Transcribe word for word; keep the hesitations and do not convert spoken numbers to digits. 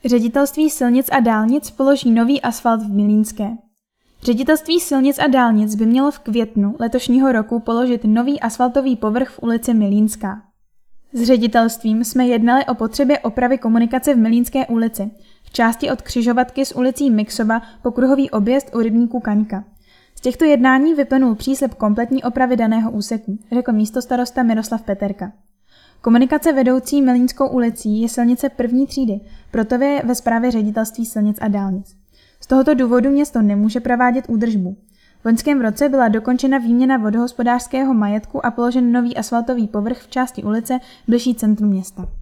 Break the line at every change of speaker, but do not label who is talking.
Ředitelství silnic a dálnic položí nový asfalt v Milínské. Ředitelství silnic a dálnic by mělo v květnu letošního roku položit nový asfaltový povrch v ulici Milínská. S ředitelstvím jsme jednali o potřebě opravy komunikace v Milínské ulici, v části od křižovatky s ulicí Mixova po kruhový objezd u rybníku Kaňka. Z těchto jednání vyplynul příslib kompletní opravy daného úseku, řekl místostarosta Miroslav Peterka. Komunikace vedoucí Milínskou ulicí je silnice první třídy, proto je ve správě ředitelství silnic a dálnic. Z tohoto důvodu město nemůže provádět údržbu. V loňském roce byla dokončena výměna vodohospodářského majetku a položen nový asfaltový povrch v části ulice bližší centru města.